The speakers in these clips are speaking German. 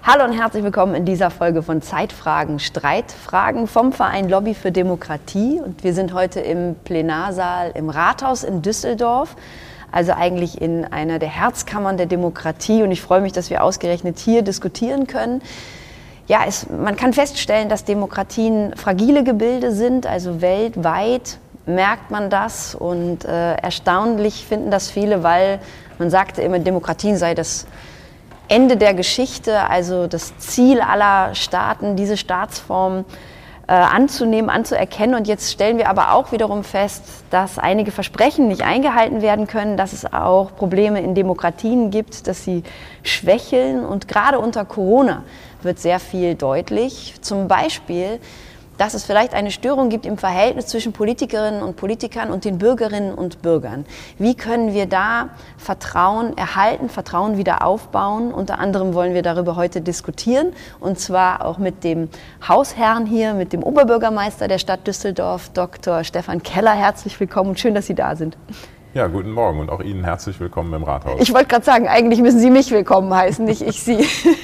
Hallo und herzlich willkommen in dieser Folge von Zeitfragen, Streitfragen vom Verein Lobby für Demokratie. Und wir sind heute im Plenarsaal im Rathaus in Düsseldorf, also eigentlich in einer der Herzkammern der Demokratie. Und ich freue mich, dass wir ausgerechnet hier diskutieren können. Ja, man kann feststellen, dass Demokratien fragile Gebilde sind, also weltweit merkt man das. Und erstaunlich finden das viele, weil man sagte immer, Demokratien sei das Ende der Geschichte, also das Ziel aller Staaten, diese Staatsform anzunehmen, anzuerkennen. Und jetzt stellen wir aber auch wiederum fest, dass einige Versprechen nicht eingehalten werden können, dass es auch Probleme in Demokratien gibt, dass sie schwächeln. Und gerade unter Corona wird sehr viel deutlich. Zum Beispiel, dass es vielleicht eine Störung gibt im Verhältnis zwischen Politikerinnen und Politikern und den Bürgerinnen und Bürgern. Wie können wir da Vertrauen erhalten, Vertrauen wieder aufbauen? Unter anderem wollen wir darüber heute diskutieren, und zwar auch mit dem Hausherrn hier, mit dem Oberbürgermeister der Stadt Düsseldorf, Dr. Stefan Keller. Herzlich willkommen und schön, dass Sie da sind. Ja, guten Morgen und auch Ihnen herzlich willkommen im Rathaus. Ich wollte gerade sagen, eigentlich müssen Sie mich willkommen heißen, nicht ich Sie.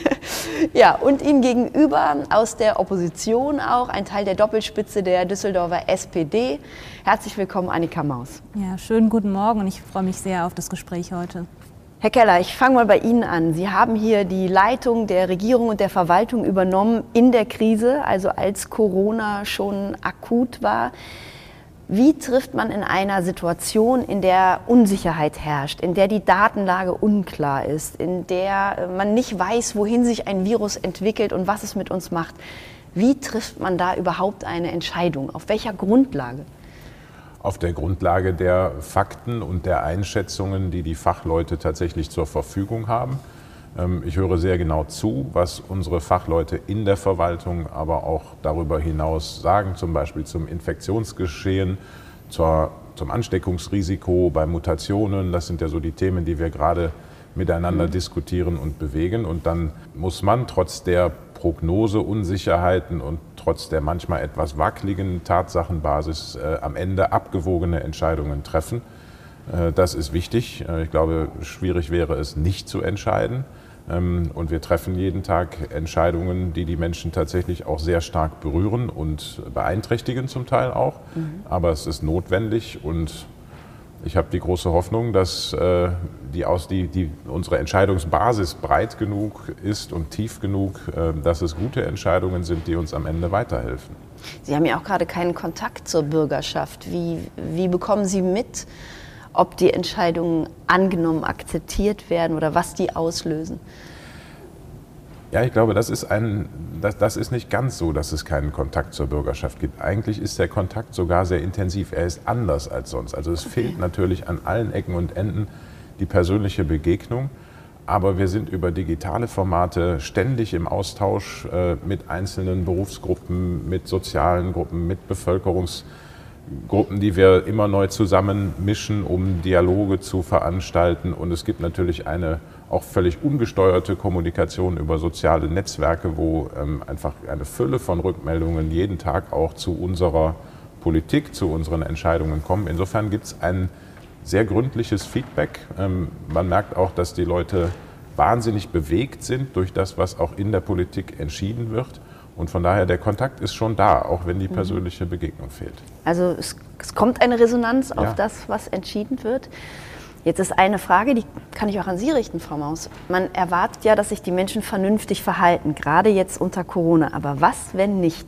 Ja, und Ihnen gegenüber aus der Opposition auch ein Teil der Doppelspitze der Düsseldorfer SPD. Herzlich willkommen, Annika Maus. Ja, schönen guten Morgen und ich freue mich sehr auf das Gespräch heute. Herr Keller, ich fange mal bei Ihnen an. Sie haben hier die Leitung der Regierung und der Verwaltung übernommen in der Krise, also als Corona schon akut war. Wie trifft man in einer Situation, in der Unsicherheit herrscht, in der die Datenlage unklar ist, in der man nicht weiß, wohin sich ein Virus entwickelt und was es mit uns macht? Wie trifft man da überhaupt eine Entscheidung? Auf welcher Grundlage? Auf der Grundlage der Fakten und der Einschätzungen, die die Fachleute tatsächlich zur Verfügung haben. Ich höre sehr genau zu, was unsere Fachleute in der Verwaltung, aber auch darüber hinaus sagen, zum Beispiel zum Infektionsgeschehen, zum Ansteckungsrisiko bei Mutationen. Das sind ja so die Themen, die wir gerade miteinander diskutieren und bewegen. Und dann muss man trotz der Prognoseunsicherheiten und trotz der manchmal etwas wackeligen Tatsachenbasis am Ende abgewogene Entscheidungen treffen. Das ist wichtig. Ich glaube, schwierig wäre es nicht zu entscheiden. Und wir treffen jeden Tag Entscheidungen, die die Menschen tatsächlich auch sehr stark berühren und beeinträchtigen zum Teil auch. Aber es ist notwendig und ich habe die große Hoffnung, dass unsere Entscheidungsbasis breit genug ist und tief genug, dass es gute Entscheidungen sind, die uns am Ende weiterhelfen. Sie haben ja auch gerade keinen Kontakt zur Bürgerschaft. Wie bekommen Sie mit, ob die Entscheidungen angenommen, akzeptiert werden oder was die auslösen? Ja, ich glaube, das ist nicht ganz so, dass es keinen Kontakt zur Bürgerschaft gibt. Eigentlich ist der Kontakt sogar sehr intensiv. Er ist anders als sonst. Also es fehlt natürlich an allen Ecken und Enden die persönliche Begegnung. Aber wir sind über digitale Formate ständig im Austausch mit einzelnen Berufsgruppen, mit sozialen Gruppen, mit Bevölkerungsgruppen, die wir immer neu zusammenmischen, um Dialoge zu veranstalten. Und es gibt natürlich eine auch völlig ungesteuerte Kommunikation über soziale Netzwerke, wo einfach eine Fülle von Rückmeldungen jeden Tag auch zu unserer Politik, zu unseren Entscheidungen kommen. Insofern gibt es ein sehr gründliches Feedback. Man merkt auch, dass die Leute wahnsinnig bewegt sind durch das, was auch in der Politik entschieden wird. Und von daher, der Kontakt ist schon da, auch wenn die persönliche Begegnung fehlt. Also es kommt eine Resonanz auf das, was entschieden wird. Jetzt ist eine Frage, die kann ich auch an Sie richten, Frau Maus. Man erwartet ja, dass sich die Menschen vernünftig verhalten, gerade jetzt unter Corona. Aber was, wenn nicht?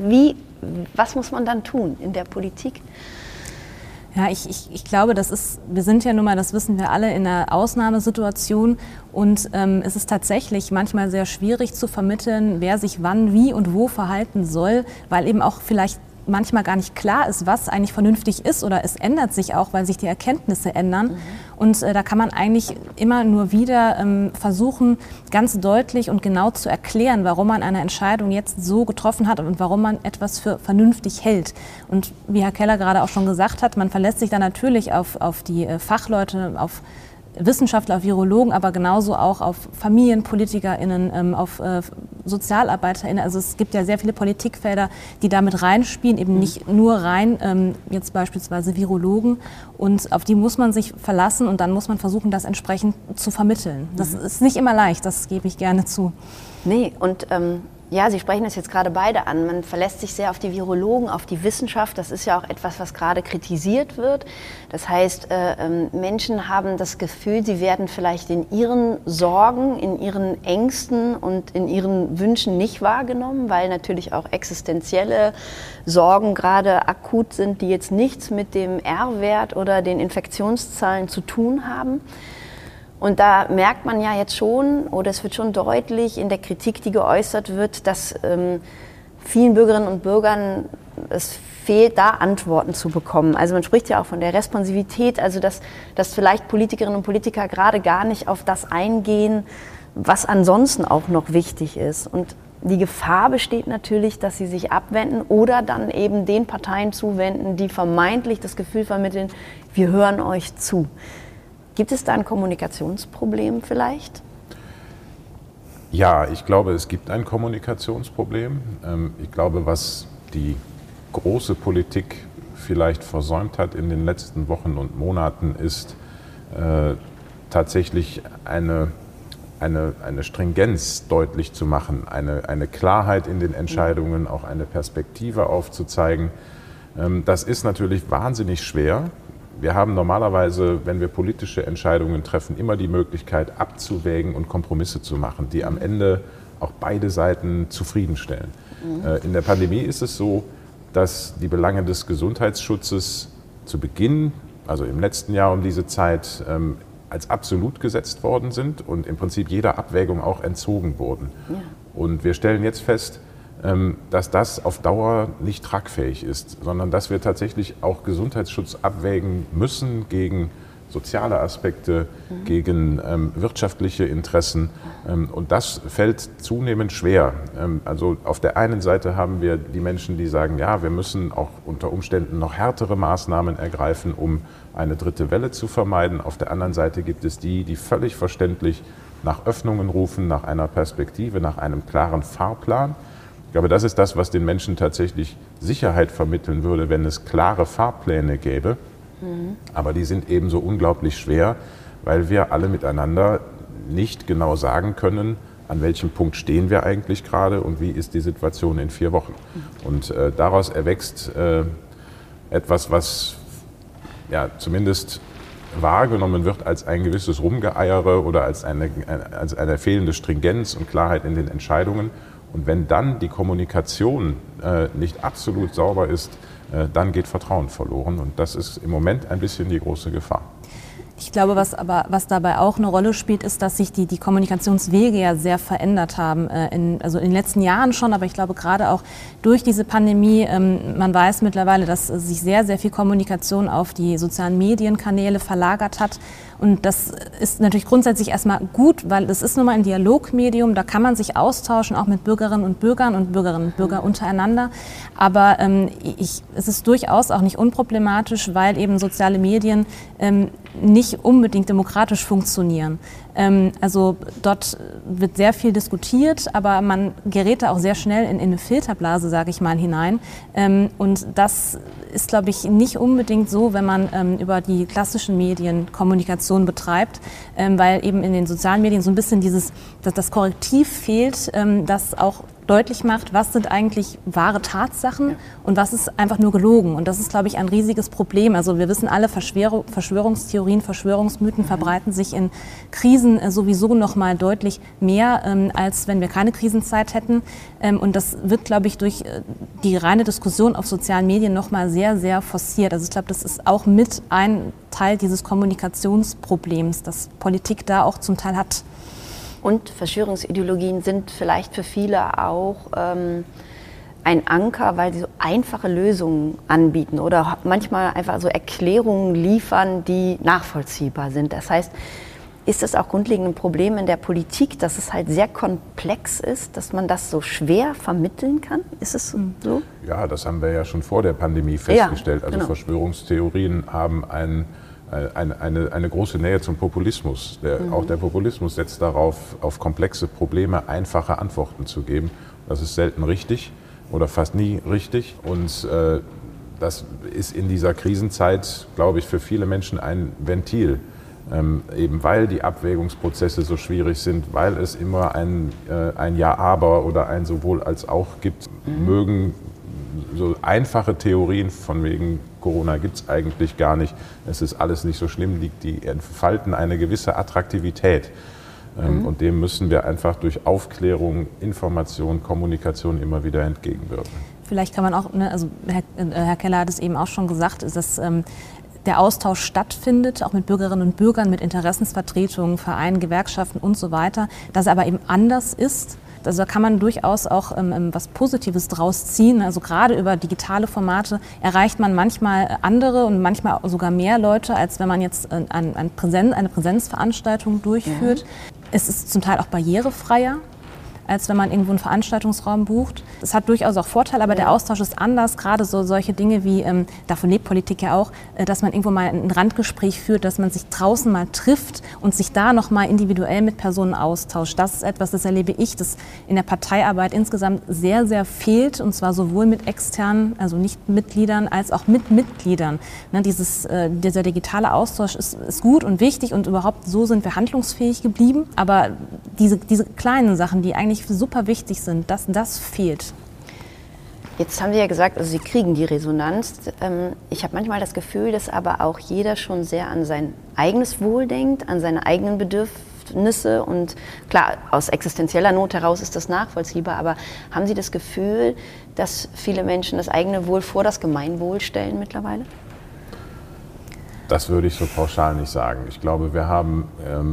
Was muss man dann tun in der Politik? Ja, ich glaube, wir sind ja nun mal, das wissen wir alle, in einer Ausnahmesituation und es ist tatsächlich manchmal sehr schwierig zu vermitteln, wer sich wann, wie und wo verhalten soll, weil eben auch vielleicht manchmal gar nicht klar ist, was eigentlich vernünftig ist oder es ändert sich auch, weil sich die Erkenntnisse ändern. Und da kann man eigentlich immer nur wieder versuchen, ganz deutlich und genau zu erklären, warum man eine Entscheidung jetzt so getroffen hat und warum man etwas für vernünftig hält. Und wie Herr Keller gerade auch schon gesagt hat, man verlässt sich dann natürlich auf die Fachleute, auf Wissenschaftler, auf Virologen, aber genauso auch auf FamilienpolitikerInnen, auf SozialarbeiterInnen. Also es gibt ja sehr viele Politikfelder, die damit reinspielen, eben nicht nur rein, jetzt beispielsweise Virologen. Und auf die muss man sich verlassen und dann muss man versuchen, das entsprechend zu vermitteln. Das ist nicht immer leicht, das gebe ich gerne zu. Nee, und ja, Sie sprechen das jetzt gerade beide an. Man verlässt sich sehr auf die Virologen, auf die Wissenschaft. Das ist ja auch etwas, was gerade kritisiert wird. Das heißt, Menschen haben das Gefühl, sie werden vielleicht in ihren Sorgen, in ihren Ängsten und in ihren Wünschen nicht wahrgenommen, weil natürlich auch existenzielle Sorgen gerade akut sind, die jetzt nichts mit dem R-Wert oder den Infektionszahlen zu tun haben. Und da merkt man ja jetzt schon, oder es wird schon deutlich in der Kritik, die geäußert wird, dass vielen Bürgerinnen und Bürgern es fehlt, da Antworten zu bekommen. Also man spricht ja auch von der Responsivität, also dass vielleicht Politikerinnen und Politiker gerade gar nicht auf das eingehen, was ansonsten auch noch wichtig ist. Und die Gefahr besteht natürlich, dass sie sich abwenden oder dann eben den Parteien zuwenden, die vermeintlich das Gefühl vermitteln, wir hören euch zu. Gibt es da ein Kommunikationsproblem vielleicht? Ja, ich glaube, es gibt ein Kommunikationsproblem. Ich glaube, was die große Politik vielleicht versäumt hat in den letzten Wochen und Monaten, ist tatsächlich eine Stringenz deutlich zu machen, eine Klarheit in den Entscheidungen, auch eine Perspektive aufzuzeigen. Das ist natürlich wahnsinnig schwer. Wir haben normalerweise, wenn wir politische Entscheidungen treffen, immer die Möglichkeit abzuwägen und Kompromisse zu machen, die am Ende auch beide Seiten zufriedenstellen. In der Pandemie ist es so, dass die Belange des Gesundheitsschutzes zu Beginn, also im letzten Jahr um diese Zeit, als absolut gesetzt worden sind und im Prinzip jeder Abwägung auch entzogen wurden. Ja. Und wir stellen jetzt fest, dass das auf Dauer nicht tragfähig ist, sondern dass wir tatsächlich auch Gesundheitsschutz abwägen müssen gegen soziale Aspekte, gegen wirtschaftliche Interessen. Und das fällt zunehmend schwer. Also auf der einen Seite haben wir die Menschen, die sagen, ja, wir müssen auch unter Umständen noch härtere Maßnahmen ergreifen, um eine dritte Welle zu vermeiden. Auf der anderen Seite gibt es die, die völlig verständlich nach Öffnungen rufen, nach einer Perspektive, nach einem klaren Fahrplan. Ich glaube, das ist das, was den Menschen tatsächlich Sicherheit vermitteln würde, wenn es klare Fahrpläne gäbe. Aber die sind ebenso unglaublich schwer, weil wir alle miteinander nicht genau sagen können, an welchem Punkt stehen wir eigentlich gerade und wie ist die Situation in 4 Wochen. Und daraus erwächst etwas, was ja zumindest wahrgenommen wird als ein gewisses Rumgeeiere oder als eine fehlende Stringenz und Klarheit in den Entscheidungen. Und wenn dann die Kommunikation nicht absolut sauber ist, dann geht Vertrauen verloren. Und das ist im Moment ein bisschen die große Gefahr. Ich glaube, was dabei auch eine Rolle spielt, ist, dass sich die Kommunikationswege ja sehr verändert haben. Also in den letzten Jahren schon, aber ich glaube gerade auch durch diese Pandemie. Man weiß mittlerweile, dass sich sehr, sehr viel Kommunikation auf die sozialen Medienkanäle verlagert hat. Und das ist natürlich grundsätzlich erstmal gut, weil es ist nun mal ein Dialogmedium, da kann man sich austauschen, auch mit Bürgerinnen und Bürgern untereinander. Aber es ist durchaus auch nicht unproblematisch, weil eben soziale Medien nicht unbedingt demokratisch funktionieren. Also dort wird sehr viel diskutiert, aber man gerät da auch sehr schnell in eine Filterblase, sage ich mal, hinein. Und das ist, glaube ich, nicht unbedingt so, wenn man über die klassischen Medien Kommunikation betreibt, weil eben in den sozialen Medien so ein bisschen das Korrektiv fehlt, das auch deutlich macht, was sind eigentlich wahre Tatsachen und was ist einfach nur gelogen. Und das ist, glaube ich, ein riesiges Problem. Also wir wissen alle, Verschwörungstheorien, Verschwörungsmythen verbreiten sich in Krisen sowieso noch mal deutlich mehr, als wenn wir keine Krisenzeit hätten. Und das wird, glaube ich, durch die reine Diskussion auf sozialen Medien noch mal sehr, sehr forciert. Also ich glaube, das ist auch mit ein Teil dieses Kommunikationsproblems, das Politik da auch zum Teil hat. Und Verschwörungsideologien sind vielleicht für viele auch ein Anker, weil sie so einfache Lösungen anbieten oder manchmal einfach so Erklärungen liefern, die nachvollziehbar sind. Das heißt, ist das auch grundlegend ein Problem in der Politik, dass es halt sehr komplex ist, dass man das so schwer vermitteln kann? Ist es so? Ja, das haben wir ja schon vor der Pandemie festgestellt. Ja, also genau. Verschwörungstheorien haben ein eine große Nähe zum Populismus. Auch der Populismus setzt darauf, auf komplexe Probleme einfache Antworten zu geben. Das ist selten richtig oder fast nie richtig. Und das ist in dieser Krisenzeit, glaube ich, für viele Menschen ein Ventil. Eben weil die Abwägungsprozesse so schwierig sind, weil es immer ein Ja, aber oder ein sowohl als auch gibt, mögen so einfache Theorien von wegen Corona gibt es eigentlich gar nicht, es ist alles nicht so schlimm, die entfalten eine gewisse Attraktivität. Und dem müssen wir einfach durch Aufklärung, Information, Kommunikation immer wieder entgegenwirken. Vielleicht kann man auch, ne, also Herr Keller hat es eben auch schon gesagt, dass der Austausch stattfindet, auch mit Bürgerinnen und Bürgern, mit Interessensvertretungen, Vereinen, Gewerkschaften und so weiter, dass er aber eben anders ist. Also da kann man durchaus auch was Positives draus ziehen. Also gerade über digitale Formate erreicht man manchmal andere und manchmal sogar mehr Leute, als wenn man jetzt eine Präsenzveranstaltung durchführt. Ja. Es ist zum Teil auch barrierefreier, als wenn man irgendwo einen Veranstaltungsraum bucht. Es hat durchaus auch Vorteile, aber der Austausch ist anders. Gerade so solche Dinge wie, davon lebt Politik ja auch, dass man irgendwo mal ein Randgespräch führt, dass man sich draußen mal trifft und sich da noch mal individuell mit Personen austauscht. Das ist etwas, das erlebe ich, das in der Parteiarbeit insgesamt sehr, sehr fehlt. Und zwar sowohl mit externen, also nicht Mitgliedern, als auch mit Mitgliedern. Ne, dieser digitale Austausch ist gut und wichtig und überhaupt so sind wir handlungsfähig geblieben. Aber diese kleinen Sachen, die eigentlich super wichtig sind, das fehlt. Jetzt haben Sie ja gesagt, also Sie kriegen die Resonanz. Ich habe manchmal das Gefühl, dass aber auch jeder schon sehr an sein eigenes Wohl denkt, an seine eigenen Bedürfnisse. Und klar, aus existenzieller Not heraus ist das nachvollziehbar. Aber haben Sie das Gefühl, dass viele Menschen das eigene Wohl vor das Gemeinwohl stellen mittlerweile? Das würde ich so pauschal nicht sagen. Ich glaube, wir haben,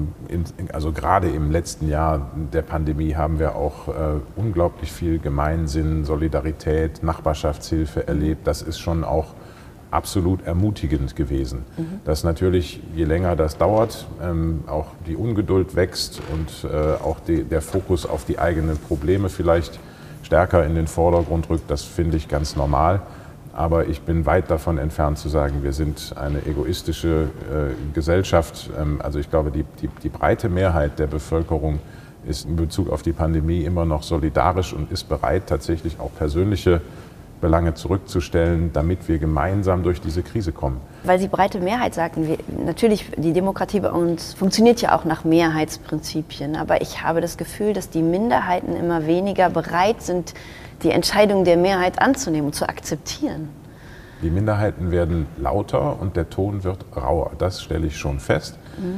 also gerade im letzten Jahr der Pandemie haben wir auch unglaublich viel Gemeinsinn, Solidarität, Nachbarschaftshilfe erlebt. Das ist schon auch absolut ermutigend gewesen. Dass natürlich, je länger das dauert, auch die Ungeduld wächst und auch der Fokus auf die eigenen Probleme vielleicht stärker in den Vordergrund rückt, das finde ich ganz normal. Aber ich bin weit davon entfernt zu sagen, wir sind eine egoistische Gesellschaft. Also ich glaube, die breite Mehrheit der Bevölkerung ist in Bezug auf die Pandemie immer noch solidarisch und ist bereit, tatsächlich auch persönliche Belange zurückzustellen, damit wir gemeinsam durch diese Krise kommen. Weil Sie breite Mehrheit sagten, natürlich, die Demokratie bei uns funktioniert ja auch nach Mehrheitsprinzipien. Aber ich habe das Gefühl, dass die Minderheiten immer weniger bereit sind, die Entscheidung der Mehrheit anzunehmen und zu akzeptieren. Die Minderheiten werden lauter und der Ton wird rauer. Das stelle ich schon fest.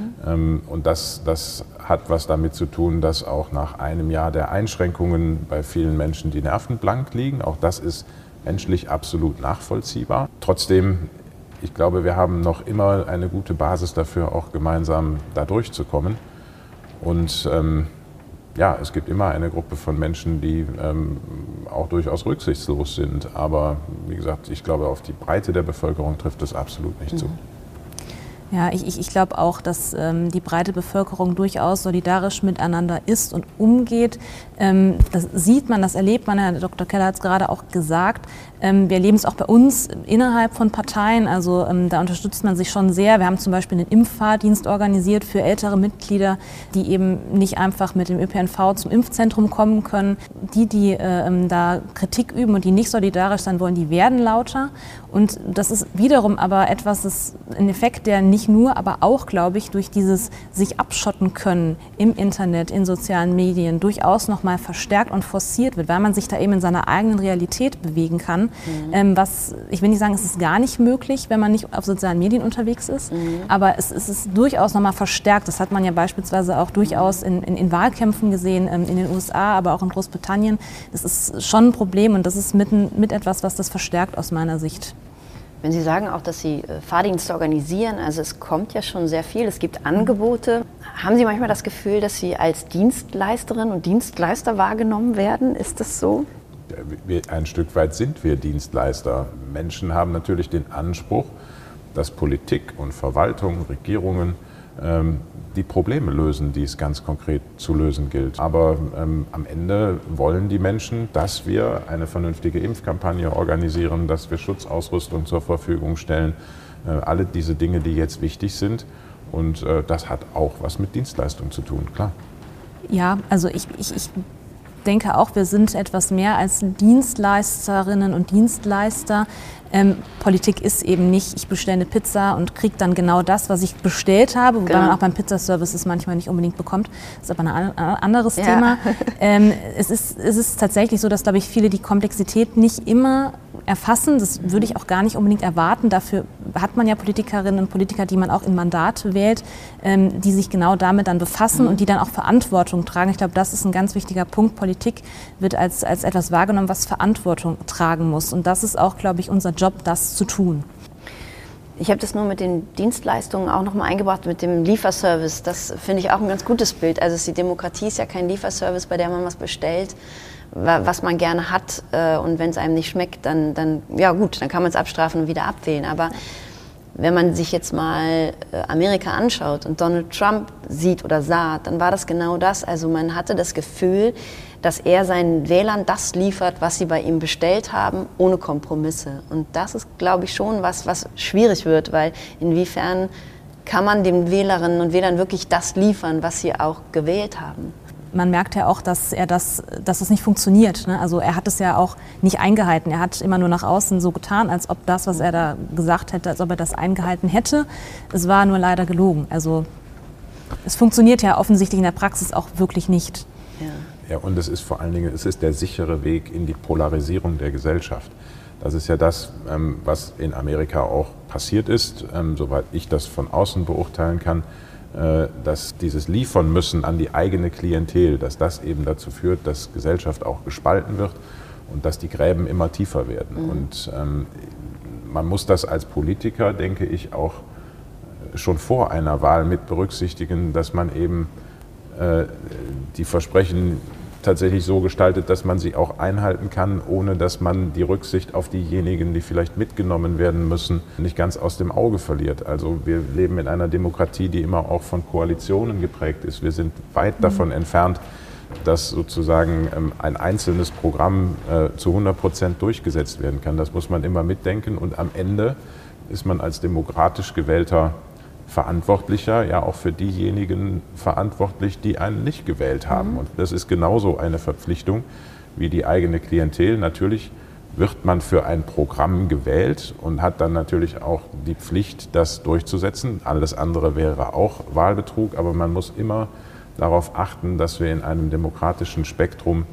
Und das hat was damit zu tun, dass auch nach einem Jahr der Einschränkungen bei vielen Menschen die Nerven blank liegen. Auch das ist menschlich absolut nachvollziehbar. Trotzdem, ich glaube, wir haben noch immer eine gute Basis dafür, auch gemeinsam da durchzukommen. Und ja, es gibt immer eine Gruppe von Menschen, die auch durchaus rücksichtslos sind. Aber wie gesagt, ich glaube, auf die Breite der Bevölkerung trifft das absolut nicht zu. Ja, ich glaube auch, dass die breite Bevölkerung durchaus solidarisch miteinander ist und umgeht. Das sieht man, das erlebt man, Herr Dr. Keller hat es gerade auch gesagt. Wir erleben es auch bei uns innerhalb von Parteien, also da unterstützt man sich schon sehr. Wir haben zum Beispiel einen Impffahrdienst organisiert für ältere Mitglieder, die eben nicht einfach mit dem ÖPNV zum Impfzentrum kommen können. Die da Kritik üben und die nicht solidarisch sein wollen, die werden lauter. Und das ist wiederum aber etwas, das ist ein Effekt, der nicht nur, aber auch, glaube ich, durch dieses sich abschotten können im Internet, in sozialen Medien durchaus nochmal verstärkt und forciert wird, weil man sich da eben in seiner eigenen Realität bewegen kann. Was, ich will nicht sagen, es ist gar nicht möglich, wenn man nicht auf sozialen Medien unterwegs ist, aber es ist durchaus nochmal verstärkt. Das hat man ja beispielsweise auch durchaus in Wahlkämpfen gesehen, in den USA, aber auch in Großbritannien. Das ist schon ein Problem und das ist mit etwas, was das verstärkt aus meiner Sicht. Wenn Sie sagen auch, dass Sie Fahrdienste organisieren, also es kommt ja schon sehr viel, es gibt Angebote. Haben Sie manchmal das Gefühl, dass Sie als Dienstleisterin und Dienstleister wahrgenommen werden? Ist das so? Ein Stück weit sind wir Dienstleister. Menschen haben natürlich den Anspruch, dass Politik und Verwaltung, Regierungen die Probleme lösen, die es ganz konkret zu lösen gilt. Aber am Ende wollen die Menschen, dass wir eine vernünftige Impfkampagne organisieren, dass wir Schutzausrüstung zur Verfügung stellen. Alle diese Dinge, die jetzt wichtig sind. Und das hat auch was mit Dienstleistung zu tun, klar. Ja, also ich denke auch, wir sind etwas mehr als Dienstleisterinnen und Dienstleister. Politik ist eben nicht, ich bestelle eine Pizza und kriege dann genau das, was ich bestellt habe, wobei man auch beim Pizzaservice es manchmal nicht unbedingt bekommt. Das ist aber ein anderes Thema. Es ist tatsächlich so, dass, glaube ich, viele die Komplexität nicht immer erfassen. Das würde ich auch gar nicht unbedingt erwarten. Dafür hat man ja Politikerinnen und Politiker, die man auch in Mandat wählt, die sich genau damit dann befassen und die dann auch Verantwortung tragen. Ich glaube, das ist ein ganz wichtiger Punkt. Politik wird als etwas wahrgenommen, was Verantwortung tragen muss. Und das ist auch, glaube ich, unser Job, das zu tun. Ich habe das nur mit den Dienstleistungen auch noch mal eingebracht, mit dem Lieferservice. Das finde ich auch ein ganz gutes Bild. Also die Demokratie ist ja kein Lieferservice, bei der man was bestellt, was man gerne hat, und wenn es einem nicht schmeckt, dann ja gut, dann kann man es abstrafen und wieder abwählen. Aber wenn man sich jetzt mal Amerika anschaut und Donald Trump sieht oder sah, dann war das genau das. Also man hatte das Gefühl, dass er seinen Wählern das liefert, was sie bei ihm bestellt haben, ohne Kompromisse. Und das ist, glaube ich, schon was schwierig wird, weil inwiefern kann man den Wählerinnen und Wählern wirklich das liefern, was sie auch gewählt haben? Man merkt ja auch, dass es nicht funktioniert. Ne? Also er hat es ja auch nicht eingehalten. Er hat immer nur nach außen so getan, als ob das, was er da gesagt hätte, als ob er das eingehalten hätte. Es war nur leider gelogen. Also es funktioniert ja offensichtlich in der Praxis auch wirklich nicht. Ja, und es ist vor allen Dingen, es ist der sichere Weg in die Polarisierung der Gesellschaft. Das ist ja das, was in Amerika auch passiert ist, soweit ich das von außen beurteilen kann, dass dieses Liefern müssen an die eigene Klientel, dass das eben dazu führt, dass Gesellschaft auch gespalten wird und dass die Gräben immer tiefer werden. Und man muss das als Politiker, denke ich, auch schon vor einer Wahl mit berücksichtigen, dass man eben die Versprechen tatsächlich so gestaltet, dass man sie auch einhalten kann, ohne dass man die Rücksicht auf diejenigen, die vielleicht mitgenommen werden müssen, nicht ganz aus dem Auge verliert. Also wir leben in einer Demokratie, die immer auch von Koalitionen geprägt ist. Wir sind weit davon entfernt, dass sozusagen ein einzelnes Programm zu 100% durchgesetzt werden kann. Das muss man immer mitdenken und am Ende ist man als demokratisch gewählter Verantwortlicher ja auch für diejenigen verantwortlich, die einen nicht gewählt haben. Und das ist genauso eine Verpflichtung wie die eigene Klientel. Natürlich wird man für ein Programm gewählt und hat dann natürlich auch die Pflicht, das durchzusetzen. Alles andere wäre auch Wahlbetrug, aber man muss immer darauf achten, dass wir in einem demokratischen Spektrum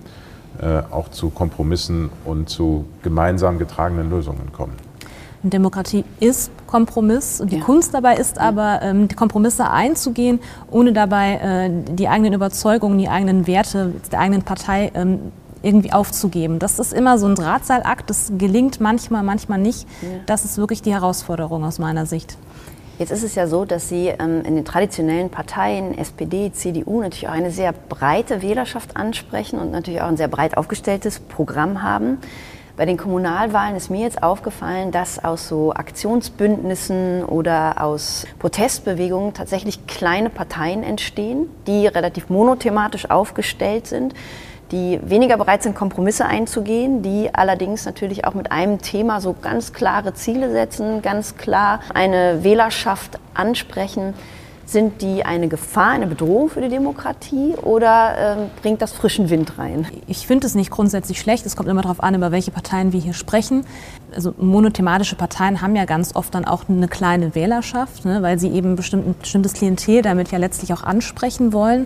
auch zu Kompromissen und zu gemeinsam getragenen Lösungen kommen. Demokratie ist Kompromiss und die Kunst dabei ist aber, die Kompromisse einzugehen, ohne dabei die eigenen Überzeugungen, die eigenen Werte der eigenen Partei irgendwie aufzugeben. Das ist immer so ein Drahtseilakt, das gelingt manchmal, manchmal nicht. Das ist wirklich die Herausforderung aus meiner Sicht. Jetzt ist es ja so, dass Sie in den traditionellen Parteien, SPD, CDU, natürlich auch eine sehr breite Wählerschaft ansprechen und natürlich auch ein sehr breit aufgestelltes Programm haben. Bei den Kommunalwahlen ist mir jetzt aufgefallen, dass aus so Aktionsbündnissen oder aus Protestbewegungen tatsächlich kleine Parteien entstehen, die relativ monothematisch aufgestellt sind, die weniger bereit sind, Kompromisse einzugehen, die allerdings natürlich auch mit einem Thema so ganz klare Ziele setzen, ganz klar eine Wählerschaft ansprechen. Sind die eine Gefahr, eine Bedrohung für die Demokratie oder bringt das frischen Wind rein? Ich finde es nicht grundsätzlich schlecht. Es kommt immer darauf an, über welche Parteien wir hier sprechen. Also monothematische Parteien haben ja ganz oft dann auch eine kleine Wählerschaft, ne, weil sie eben ein bestimmtes Klientel damit ja letztlich auch ansprechen wollen.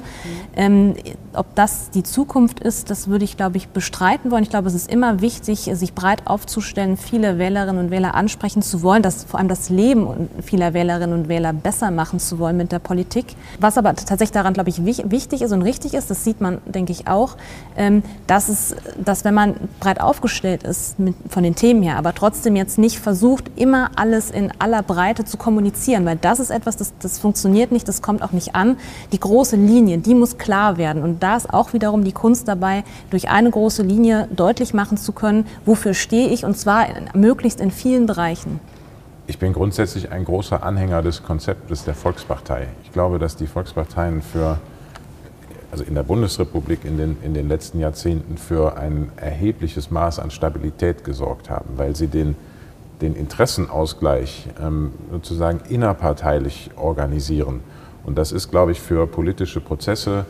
Ob das die Zukunft ist, das würde ich, glaube ich, bestreiten wollen. Ich glaube, es ist immer wichtig, sich breit aufzustellen, viele Wählerinnen und Wähler ansprechen zu wollen, vor allem das Leben vieler Wählerinnen und Wähler besser machen zu wollen mit der Politik. Was aber tatsächlich daran, glaube ich, wichtig ist und richtig ist, das sieht man, denke ich, auch, dass wenn man breit aufgestellt ist von den Themen her, aber trotzdem jetzt nicht versucht, immer alles in aller Breite zu kommunizieren, weil das ist etwas, das funktioniert nicht, das kommt auch nicht an. Die große Linie, die muss klar werden und da ist auch wiederum die Kunst dabei, durch eine große Linie deutlich machen zu können, wofür stehe ich und zwar möglichst in vielen Bereichen. Ich bin grundsätzlich ein großer Anhänger des Konzeptes der Volkspartei. Ich glaube, dass die Volksparteien also in der Bundesrepublik in den letzten Jahrzehnten für ein erhebliches Maß an Stabilität gesorgt haben, weil sie den Interessenausgleich sozusagen innerparteilich organisieren. Und das ist, glaube ich, für politische Prozesse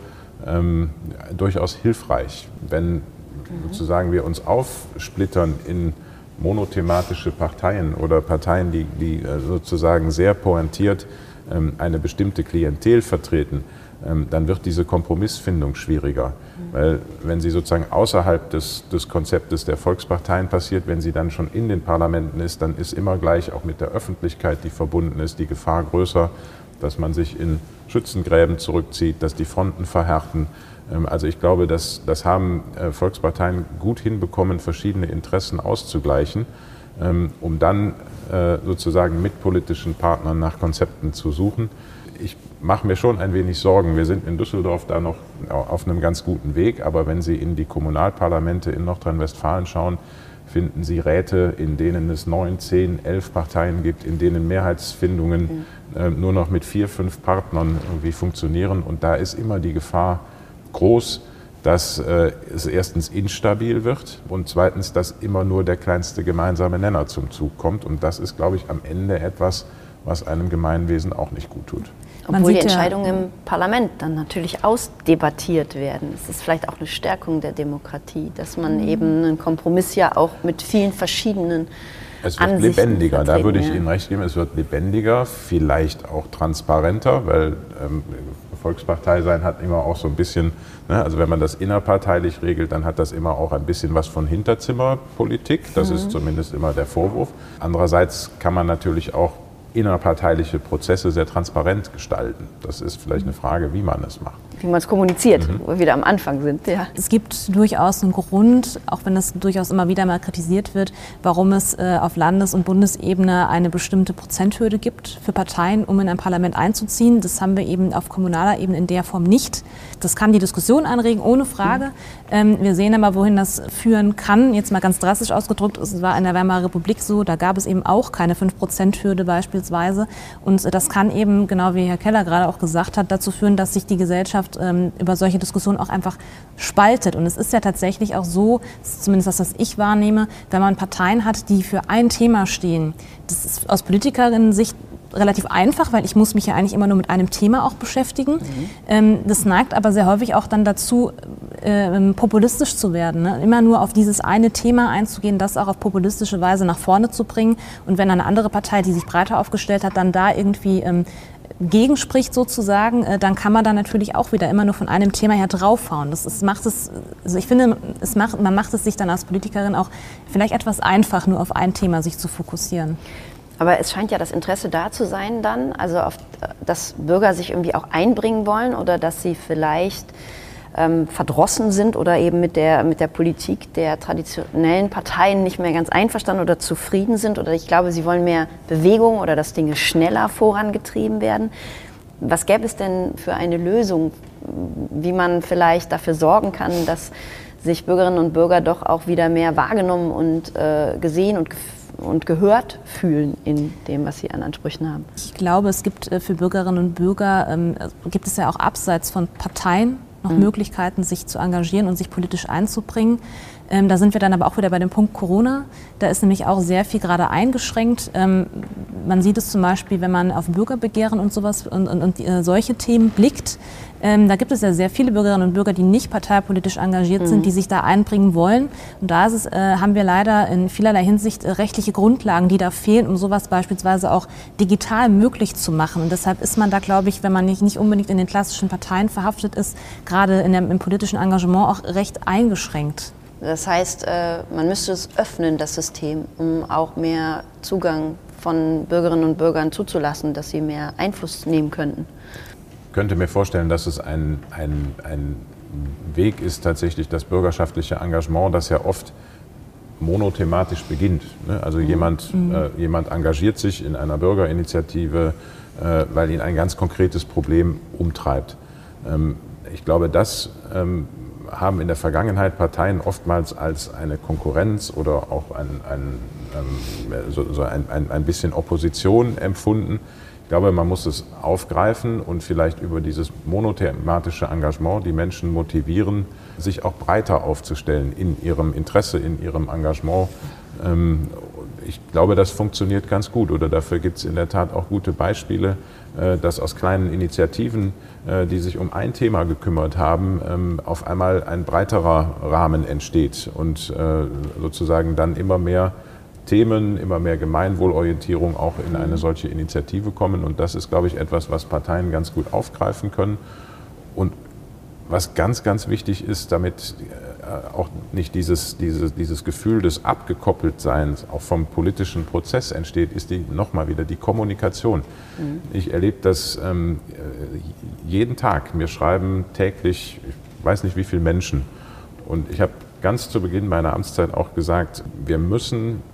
durchaus hilfreich. Wenn sozusagen wir uns aufsplittern in monothematische Parteien oder Parteien, die sozusagen sehr pointiert eine bestimmte Klientel vertreten, dann wird diese Kompromissfindung schwieriger. Weil wenn sie sozusagen außerhalb des Konzeptes der Volksparteien passiert, wenn sie dann schon in den Parlamenten ist, dann ist immer gleich auch mit der Öffentlichkeit, die verbunden ist, die Gefahr größer, dass man sich in Schützengräben zurückzieht, dass die Fronten verhärten. Also ich glaube, das haben Volksparteien gut hinbekommen, verschiedene Interessen auszugleichen, um dann sozusagen mit politischen Partnern nach Konzepten zu suchen. Ich mache mir schon ein wenig Sorgen. Wir sind in Düsseldorf da noch auf einem ganz guten Weg, aber wenn Sie in die Kommunalparlamente in Nordrhein-Westfalen schauen, finden Sie Räte, in denen es 9, 10, 11 Parteien gibt, in denen Mehrheitsfindungen nur noch mit 4, 5 Partnern irgendwie funktionieren. Und da ist immer die Gefahr groß, dass es erstens instabil wird und zweitens, dass immer nur der kleinste gemeinsame Nenner zum Zug kommt. Und das ist, glaube ich, am Ende etwas, was einem Gemeinwesen auch nicht gut tut. Obwohl die Entscheidungen im Parlament dann natürlich ausdebattiert werden. Es ist vielleicht auch eine Stärkung der Demokratie, dass man eben einen Kompromiss ja auch mit vielen verschiedenen Es wird lebendiger, da würde ich Ihnen recht geben, es wird lebendiger, vielleicht auch transparenter, weil Volkspartei sein hat immer auch so ein bisschen, also wenn man das innerparteilich regelt, dann hat das immer auch ein bisschen was von Hinterzimmerpolitik, das ist zumindest immer der Vorwurf. Andererseits kann man natürlich auch innerparteiliche Prozesse sehr transparent gestalten. Das ist vielleicht eine Frage, wie man es macht. Wie man es kommuniziert, wo wir wieder am Anfang sind. Ja. Es gibt durchaus einen Grund, auch wenn das durchaus immer wieder mal kritisiert wird, warum es auf Landes- und Bundesebene eine bestimmte Prozenthürde gibt für Parteien, um in ein Parlament einzuziehen. Das haben wir eben auf kommunaler Ebene in der Form nicht. Das kann die Diskussion anregen, ohne Frage. Wir sehen aber, wohin das führen kann. Jetzt mal ganz drastisch ausgedrückt, es war in der Weimarer Republik so, da gab es eben auch keine 5%-Hürde beispielsweise. Und das kann eben, genau wie Herr Keller gerade auch gesagt hat, dazu führen, dass sich die Gesellschaft über solche Diskussionen auch einfach spaltet. Und es ist ja tatsächlich auch so, zumindest das, was ich wahrnehme, wenn man Parteien hat, die für ein Thema stehen, das ist aus Politikerinnen-Sicht relativ einfach, weil ich muss mich ja eigentlich immer nur mit einem Thema auch beschäftigen. Das neigt aber sehr häufig auch dann dazu, populistisch zu werden. Ne? Immer nur auf dieses eine Thema einzugehen, das auch auf populistische Weise nach vorne zu bringen. Und wenn eine andere Partei, die sich breiter aufgestellt hat, dann da irgendwie gegenspricht sozusagen, dann kann man da natürlich auch wieder immer nur von einem Thema her draufhauen. Also ich finde, man macht es sich dann als Politikerin auch vielleicht etwas einfach, nur auf ein Thema sich zu fokussieren. Aber es scheint ja das Interesse da zu sein dann, also dass Bürger sich irgendwie auch einbringen wollen oder dass sie vielleicht verdrossen sind oder eben mit der Politik der traditionellen Parteien nicht mehr ganz einverstanden oder zufrieden sind. Oder ich glaube, sie wollen mehr Bewegung oder dass Dinge schneller vorangetrieben werden. Was gäbe es denn für eine Lösung, wie man vielleicht dafür sorgen kann, dass sich Bürgerinnen und Bürger doch auch wieder mehr wahrgenommen und gesehen und gehört fühlen in dem, was sie an Ansprüchen haben? Ich glaube, es gibt für Bürgerinnen und Bürger, gibt es ja auch abseits von Parteien noch Möglichkeiten, sich zu engagieren und sich politisch einzubringen. Da sind wir dann aber auch wieder bei dem Punkt Corona. Da ist nämlich auch sehr viel gerade eingeschränkt. Man sieht es zum Beispiel, wenn man auf Bürgerbegehren und sowas und solche Themen blickt. Da gibt es ja sehr viele Bürgerinnen und Bürger, die nicht parteipolitisch engagiert sind, die sich da einbringen wollen. Und da haben wir leider in vielerlei Hinsicht rechtliche Grundlagen, die da fehlen, um sowas beispielsweise auch digital möglich zu machen. Und deshalb ist man da, glaube ich, wenn man nicht unbedingt in den klassischen Parteien verhaftet ist, gerade im politischen Engagement auch recht eingeschränkt. Das heißt, man müsste es öffnen, das System, um auch mehr Zugang von Bürgerinnen und Bürgern zuzulassen, dass sie mehr Einfluss nehmen könnten. Ich könnte mir vorstellen, dass es ein Weg ist, tatsächlich das bürgerschaftliche Engagement, das ja oft monothematisch beginnt. Also jemand engagiert sich in einer Bürgerinitiative, weil ihn ein ganz konkretes Problem umtreibt. Ich glaube, das haben in der Vergangenheit Parteien oftmals als eine Konkurrenz oder auch ein bisschen Opposition empfunden. Ich glaube, man muss es aufgreifen und vielleicht über dieses monothematische Engagement die Menschen motivieren, sich auch breiter aufzustellen in ihrem Interesse, in ihrem Engagement. Ich glaube, das funktioniert ganz gut oder dafür gibt es in der Tat auch gute Beispiele, dass aus kleinen Initiativen, die sich um ein Thema gekümmert haben, auf einmal ein breiterer Rahmen entsteht und sozusagen dann immer mehr Themen, immer mehr Gemeinwohlorientierung auch in eine solche Initiative kommen. Und das ist, glaube ich, etwas, was Parteien ganz gut aufgreifen können. Und was ganz, ganz wichtig ist, damit auch nicht dieses Gefühl des Abgekoppeltseins auch vom politischen Prozess entsteht, ist nochmal wieder die Kommunikation. Ich erlebe das jeden Tag. Mir schreiben täglich, ich weiß nicht wie viele Menschen. Und ich habe ganz zu Beginn meiner Amtszeit auch gesagt, wir müssen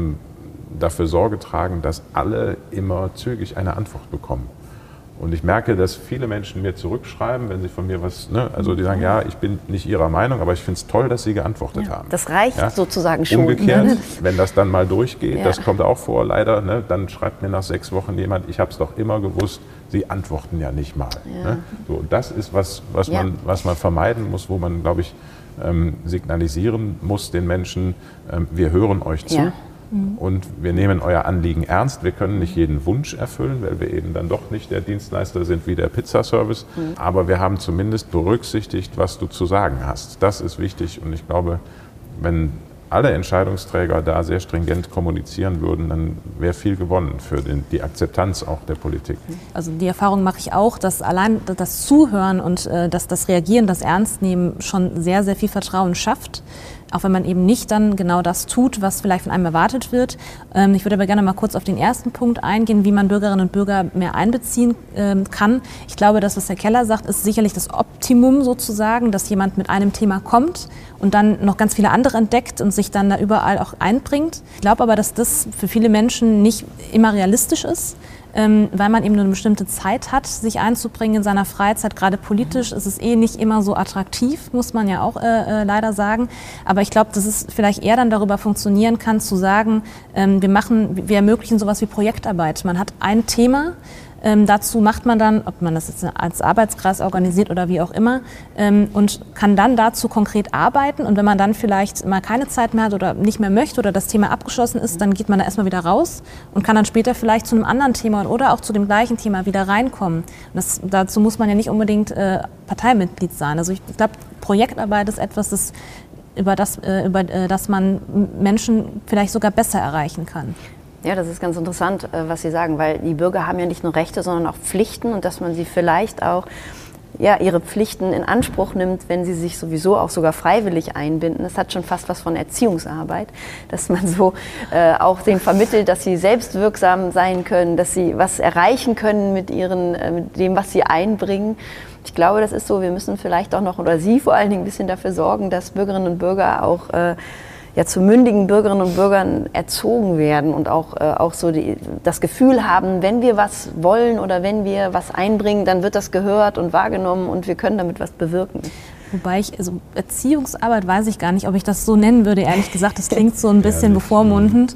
dafür Sorge tragen, dass alle immer zügig eine Antwort bekommen. Und ich merke, dass viele Menschen mir zurückschreiben, wenn sie von mir was, also die sagen, ja, ich bin nicht ihrer Meinung, aber ich finde es toll, dass sie geantwortet haben. Das reicht sozusagen schon. Umgekehrt, wenn das dann mal durchgeht, das kommt auch vor, leider, dann schreibt mir nach 6 Wochen jemand, ich habe es doch immer gewusst, sie antworten ja nicht mal. So, das ist was man vermeiden muss, wo man, glaube ich, signalisieren muss den Menschen, wir hören euch zu. Und wir nehmen euer Anliegen ernst. Wir können nicht jeden Wunsch erfüllen, weil wir eben dann doch nicht der Dienstleister sind wie der Pizzaservice. Aber wir haben zumindest berücksichtigt, was du zu sagen hast. Das ist wichtig. Und ich glaube, wenn alle Entscheidungsträger da sehr stringent kommunizieren würden, dann wäre viel gewonnen für die Akzeptanz auch der Politik. Also die Erfahrung mache ich auch, dass allein das Zuhören und das Reagieren, das Ernstnehmen schon sehr, sehr viel Vertrauen schafft. Auch wenn man eben nicht dann genau das tut, was vielleicht von einem erwartet wird. Ich würde aber gerne mal kurz auf den ersten Punkt eingehen, wie man Bürgerinnen und Bürger mehr einbeziehen kann. Ich glaube, das, was Herr Keller sagt, ist sicherlich das Optimum sozusagen, dass jemand mit einem Thema kommt und dann noch ganz viele andere entdeckt und sich dann da überall auch einbringt. Ich glaube aber, dass das für viele Menschen nicht immer realistisch ist, weil man eben nur eine bestimmte Zeit hat, sich einzubringen in seiner Freizeit. Gerade politisch ist es nicht immer so attraktiv, muss man ja auch leider sagen. Aber ich glaube, dass es vielleicht eher dann darüber funktionieren kann, zu sagen, wir ermöglichen sowas wie Projektarbeit. Man hat ein Thema, dazu macht man dann, ob man das jetzt als Arbeitskreis organisiert oder wie auch immer, und kann dann dazu konkret arbeiten. Und wenn man dann vielleicht mal keine Zeit mehr hat oder nicht mehr möchte oder das Thema abgeschlossen ist, dann geht man da erstmal wieder raus und kann dann später vielleicht zu einem anderen Thema oder auch zu dem gleichen Thema wieder reinkommen. Und dazu muss man ja nicht unbedingt Parteimitglied sein. Also ich glaube, Projektarbeit ist etwas, über das man Menschen vielleicht sogar besser erreichen kann. Ja, das ist ganz interessant, was Sie sagen, weil die Bürger haben ja nicht nur Rechte, sondern auch Pflichten und dass man sie vielleicht auch ihre Pflichten in Anspruch nimmt, wenn sie sich sowieso auch sogar freiwillig einbinden. Das hat schon fast was von Erziehungsarbeit, dass man so auch denen vermittelt, dass sie selbstwirksam sein können, dass sie was erreichen können mit dem, was sie einbringen. Ich glaube, das ist so, wir müssen vielleicht auch noch, oder Sie vor allen Dingen ein bisschen dafür sorgen, dass Bürgerinnen und Bürger auch zu mündigen Bürgerinnen und Bürgern erzogen werden und auch so das Gefühl haben, wenn wir was wollen oder wenn wir was einbringen, dann wird das gehört und wahrgenommen und wir können damit was bewirken. Wobei Erziehungsarbeit weiß ich gar nicht, ob ich das so nennen würde, ehrlich gesagt. Das klingt so ein bisschen bevormundend.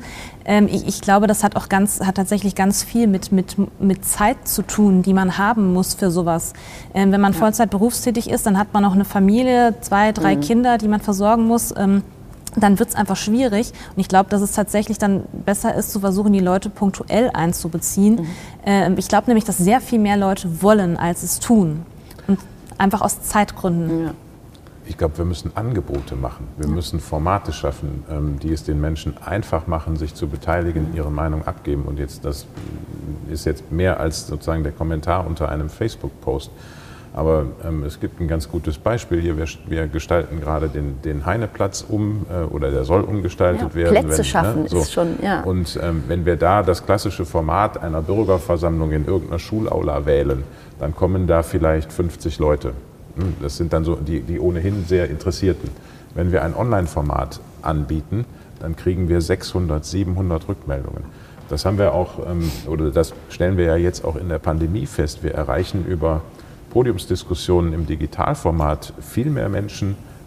Ich glaube, das hat tatsächlich ganz viel mit Zeit zu tun, die man haben muss für sowas. Wenn man Vollzeit berufstätig ist, dann hat man noch eine Familie, 2, 3 Kinder, die man versorgen muss. Dann wird es einfach schwierig. Und ich glaube, dass es tatsächlich dann besser ist, zu versuchen, die Leute punktuell einzubeziehen. Ich glaube nämlich, dass sehr viel mehr Leute wollen, als es tun. Und einfach aus Zeitgründen. Ja. Ich glaube, wir müssen Angebote machen. Wir müssen Formate schaffen, die es den Menschen einfach machen, sich zu beteiligen, ihre Meinung abgeben. Und das ist jetzt mehr als sozusagen der Kommentar unter einem Facebook-Post. Aber es gibt ein ganz gutes Beispiel hier. Wir gestalten gerade den Heineplatz oder der soll umgestaltet werden. Plätze schaffen ist schon, Und wenn wir da das klassische Format einer Bürgerversammlung in irgendeiner Schulaula wählen, dann kommen da vielleicht 50 Leute. Das sind dann so die ohnehin sehr Interessierten. Wenn wir ein Online-Format anbieten, dann kriegen wir 600, 700 Rückmeldungen. Das haben wir auch, oder das stellen wir ja jetzt auch in der Pandemie fest. Wir erreichen über Podiumsdiskussionen im Digitalformat viel mehr Menschen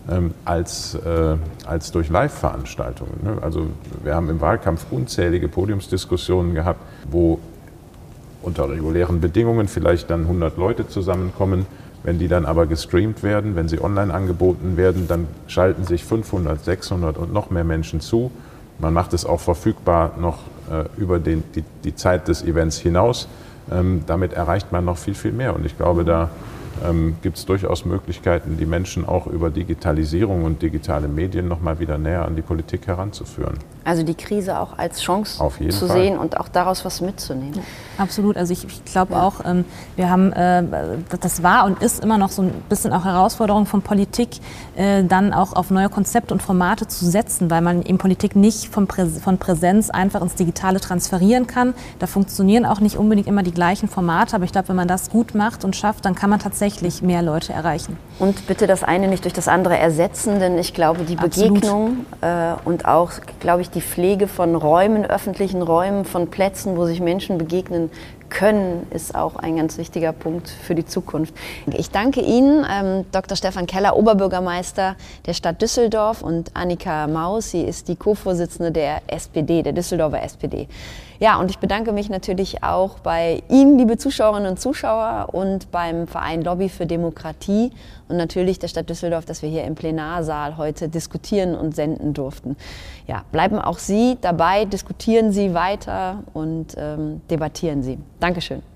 als durch Live-Veranstaltungen. Ne? Also wir haben im Wahlkampf unzählige Podiumsdiskussionen gehabt, wo unter regulären Bedingungen vielleicht dann 100 Leute zusammenkommen. Wenn die dann aber gestreamt werden, wenn sie online angeboten werden, dann schalten sich 500, 600 und noch mehr Menschen zu. Man macht es auch verfügbar noch über die Zeit des Events hinaus. Damit erreicht man noch viel, viel mehr. Und ich glaube, da gibt es durchaus Möglichkeiten, die Menschen auch über Digitalisierung und digitale Medien noch mal wieder näher an die Politik heranzuführen. Also die Krise auch als Chance zu sehen und auch daraus was mitzunehmen. Ja, absolut. Also ich glaube auch, wir haben, das war und ist immer noch so ein bisschen auch Herausforderung von Politik, dann auch auf neue Konzepte und Formate zu setzen, weil man in Politik nicht von Präsenz einfach ins Digitale transferieren kann. Da funktionieren auch nicht unbedingt immer die gleichen Formate, aber ich glaube, wenn man das gut macht und schafft, dann kann man tatsächlich mehr Leute erreichen. Und bitte das eine nicht durch das andere ersetzen, denn ich glaube, die Begegnung und auch, glaube ich, die Pflege von Räumen, öffentlichen Räumen, von Plätzen, wo sich Menschen begegnen können, ist auch ein ganz wichtiger Punkt für die Zukunft. Ich danke Ihnen, Dr. Stefan Keller, Oberbürgermeister der Stadt Düsseldorf, und Annika Maus, sie ist die Co-Vorsitzende der SPD, der Düsseldorfer SPD. Ja, und ich bedanke mich natürlich auch bei Ihnen, liebe Zuschauerinnen und Zuschauer, und beim Verein Lobby für Demokratie und natürlich der Stadt Düsseldorf, dass wir hier im Plenarsaal heute diskutieren und senden durften. Ja, bleiben auch Sie dabei, diskutieren Sie weiter und debattieren Sie. Dankeschön.